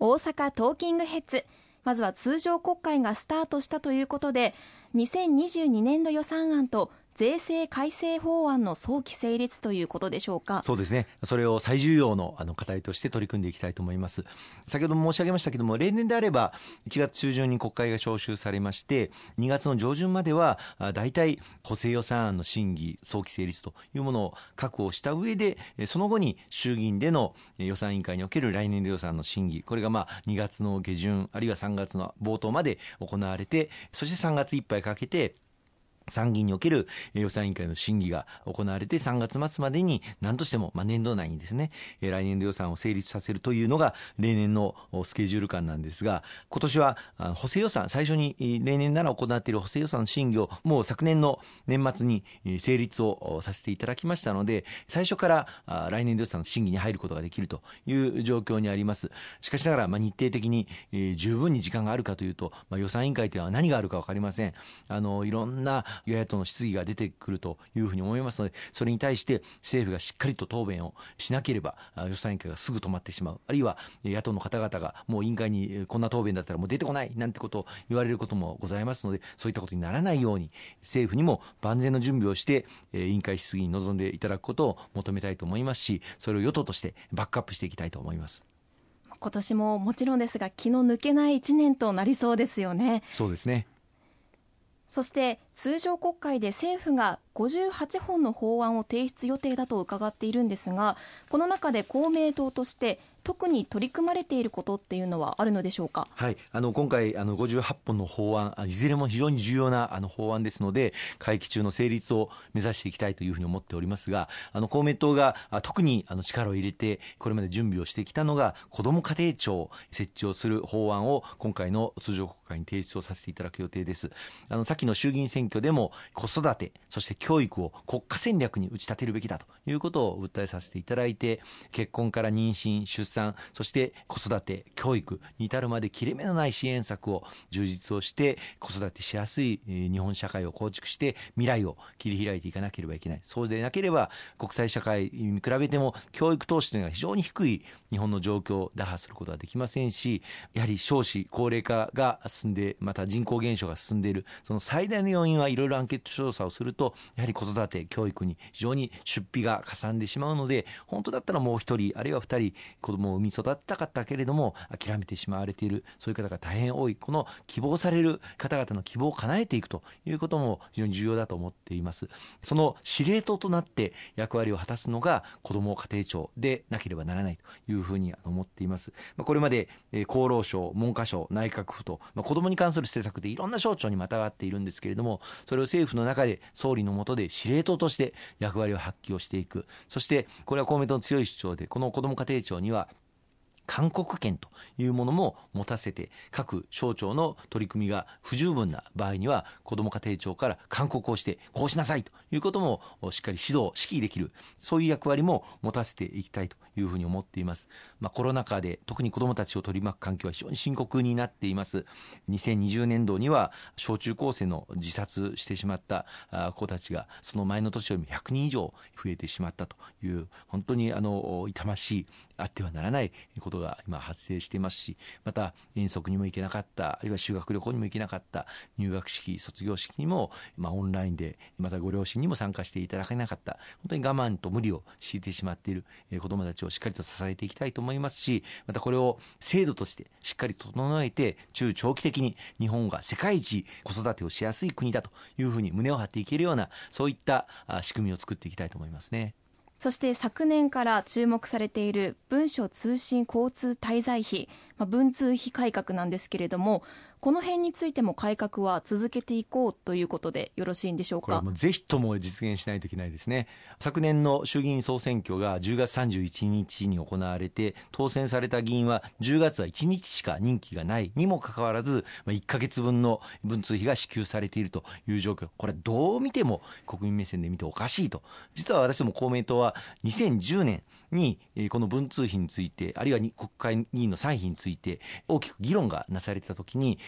大阪トーキングヘッズ。まずは通常国会がスタートしたということで、2022年度予算案と税制改正法案の早期成立ということでしょうか。 そうですね。それを最重要の課題として取り組んでいきたいと思います。先ほども申し上げましたけども、例年であれば1月中旬に国会が召集されまして、2月の上旬まではだいたい補正予算案の審議早期成立というものを確保した上で、その後に衆議院での予算委員会における来年度予算の審議、これが2月の下旬あるいは3月の冒頭まで行われて、そして3月いっぱいかけて参議院における予算委員会の審議が行われて、3月末までに何としても年度内にですね、来年度予算を成立させるというのが例年のスケジュール感なんですが、今年は補正予算、最初に例年なら行っている補正予算の審議をもう昨年の年末に成立をさせていただきましたので、最初から来年度予算の審議に入ることができるという状況にあります。しかしながら日程的に十分に時間があるかというと、予算委員会というのは何があるか分かりません。いろんな与野党の質疑が出てくるというふうに思いますので、それに対して政府がしっかりと答弁をしなければ予算委員会がすぐ止まってしまう、あるいは野党の方々がもう委員会にこんな答弁だったらもう出てこないなんてことを言われることもございますので、そういったことにならないように政府にも万全の準備をして委員会質疑に臨んでいただくことを求めたいと思いますし、それを与党としてバックアップしていきたいと思います。 今年ももちろんですが、気の抜けない1年となりそうですよね。 そうですね。 そして通常国会で政府が58本の法案を提出予定だと伺っているんですが、この中で公明党として特に取り組まれていることっていうのはあるのでしょうか。 はい、今回58本の法案、いずれも非常に重要な法案ですので、会期中の成立を目指していきたいというふうに思っておりますが、公明党が特に力を入れてこれまで準備をしてきたのが子ども家庭庁設置をする法案を今回の通常国会に提出をさせていただく予定です。先の衆議院選挙でも子育てそして教育を国家戦略に打ち立てるべきだということを訴えさせていただいて、結婚から妊娠出産、そして子育て教育に至るまで切れ目のない支援策を充実をして子育てしやすい日本社会を構築して未来を切り開いていかなければいけない。そうでなければ国際社会に比べても教育投資というのが非常に低い日本の状況を打破することはできませんし、やはり少子高齢化が進んで、また人口減少が進んでいる、その最大の要因はいろいろアンケート調査をすると、やはり子育て教育に非常に出費がかさんでしまうので、本当だったらもう一人あるいは二人子供を産み育てたかったけれども諦めてしまわれている、そういう方が大変多い。この希望される方々の希望を叶えていくということも非常に重要だと思っています。その司令塔となって役割を果たすのが子ども家庭庁でなければならないというふうに思っています。これまで厚労省、文科省、内閣府と子どもに関する施策でいろんな省庁にまたがっているんですけれども、それを政府の中で総理の下で司令塔として役割を発揮をしていく。そしてこれは公明党の強い主張で、この子ども家庭庁には勧告権というものも持たせて、各省庁の取り組みが不十分な場合には子ども家庭庁から勧告をしてこうしなさいということもしっかり指導指揮できる、そういう役割も持たせていきたいというふうに思っています。コロナ禍で特に子どもたちを取り巻く環境は非常に深刻になっています。2020年度には小中高生の自殺してしまった子たちがその前の年よりも100人以上増えてしまったという、本当に痛ましい、あってはならないことが今発生していますし、また遠足にも行けなかった、あるいは修学旅行にも行けなかった、入学式卒業式にもオンラインで、またご両親にも参加していただけなかった、本当に我慢と無理を強いてしまっている子どもたちをしっかりと支えていきたいと思いますし、またこれを制度としてしっかり整えて中長期的に日本が世界一子育てをしやすい国だというふうに胸を張っていけるような、そういった仕組みを作っていきたいと思いますね。 そして昨年から注目されている文書通信交通滞在費、文通費改革なんですけれども、この辺についても改革は続けていこうということでよろしいんでしょうか。 これはもうぜひとも実現しないといけないですね。昨年の衆議院総選挙が10月31日に行われて、当選された議員は10月は1日しか任期がないにもかかわらず、1ヶ月分の文通費が支給されているという状況、これどう見ても国民目線で見ておかしいと。実は私ども公明党は2010年にこの文通費について、あるいは国会議員の歳費について大きく議論がなされていたときに、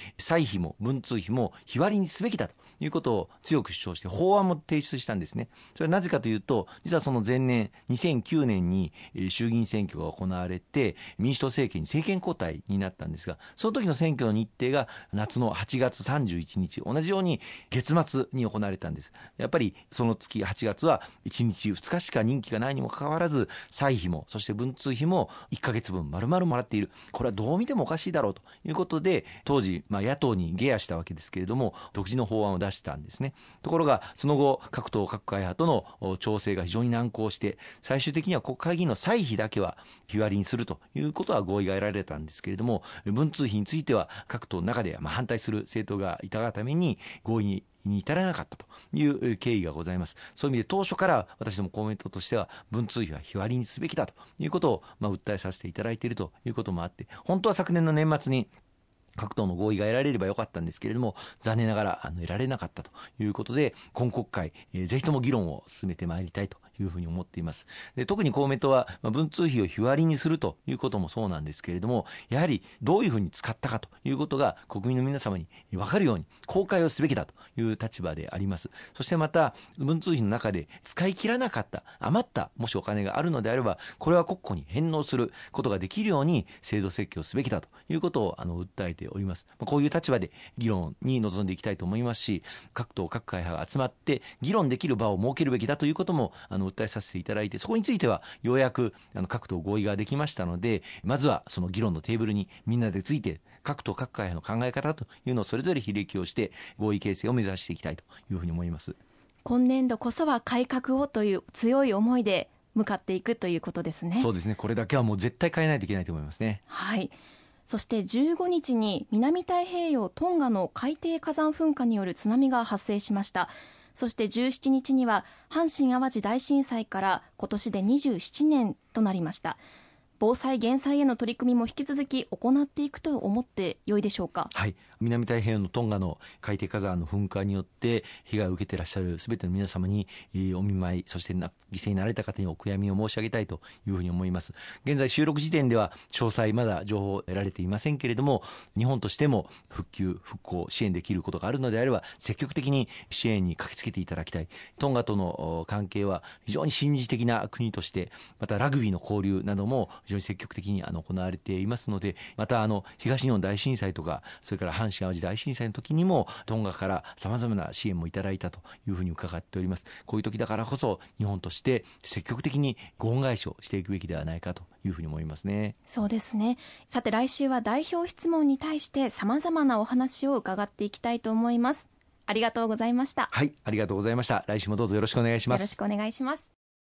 歳費も文通費も日割りにすべきだということを強く主張して法案も提出したんですね。それはなぜかというと、実はその前年2009年に衆議院選挙が行われて民主党政権に政権交代になったんですが、その時の選挙の日程が夏の8月31日、同じように月末に行われたんです。やっぱりその月8月は1日2日しか任期がないにもかかわらず、歳費もそして文通費も1ヶ月分丸々もらっている。これはどう見てもおかしいだろうということで、当時野党に下野したわけですけれども、独自の法案を出したんですね。ところがその後各党各会派との調整が非常に難航して、最終的には国会議員の歳費だけは日割りにするということは合意が得られたんですけれども、文通費については各党の中で反対する政党がいたがために合意に至らなかったという経緯がございます。そういう意味で当初から私ども公明党としては文通費は日割りにすべきだということを訴えさせていただいているということもあって、本当は昨年の年末に各党の合意が得られればよかったんですけれども、残念ながら得られなかったということで、今国会、ぜひとも議論を進めてまいりたいというふうに思っています。で、特に公明党は文通費を日割りにするということもそうなんですけれども、やはりどういうふうに使ったかということが国民の皆様に分かるように公開をすべきだという立場であります。そしてまた文通費の中で使い切らなかった余ったもしお金があるのであれば、これは国庫に返納することができるように制度設計をすべきだということを訴えております。こういう立場で議論に臨んでいきたいと思いますし、各党各会派が集まって議論できる場を設けるべきだということも訴えさせていただいて、そこについてはようやく各党合意ができましたので、まずはその議論のテーブルにみんなでついて各党各会派の考え方というのをそれぞれ比例をして合意形成を目指していきたいというふうに思います。 今年度こそは改革をという強い思いで向かっていくということですね。 そうですね。これだけはもう絶対変えないといけないと思いますね。 はい。そして15日に南太平洋トンガの海底火山噴火による津波が発生しました。そして17日には阪神・淡路大震災から今年で27年となりました。防災減災への取り組みも引き続き行っていくと思って良いでしょうか。 はい、南太平洋のトンガの海底火山の噴火によって被害を受けていらっしゃるすべての皆様にお見舞い、そして犠牲になられた方にお悔やみを申し上げたいというふうに思います。現在収録時点では詳細まだ情報を得られていませんけれども、日本としても復旧復興支援できることがあるのであれば積極的に支援に駆けつけていただきたい。トンガとの関係は非常に親日的な国として、またラグビーの交流なども非常に積極的に行われていますので、また東日本大震災とか、それから阪神・淡路大震災の時にもトンガからさまざまな支援もいただいたというふうに伺っております。こういう時だからこそ日本として積極的にご恩返しをしていくべきではないかというふうに思いますね。 そうですね。さて来週は代表質問に対してさまざまなお話を伺っていきたいと思います。ありがとうございました。 はい、ありがとうございました。来週もどうぞよろしくお願いします。 よろしくお願いします。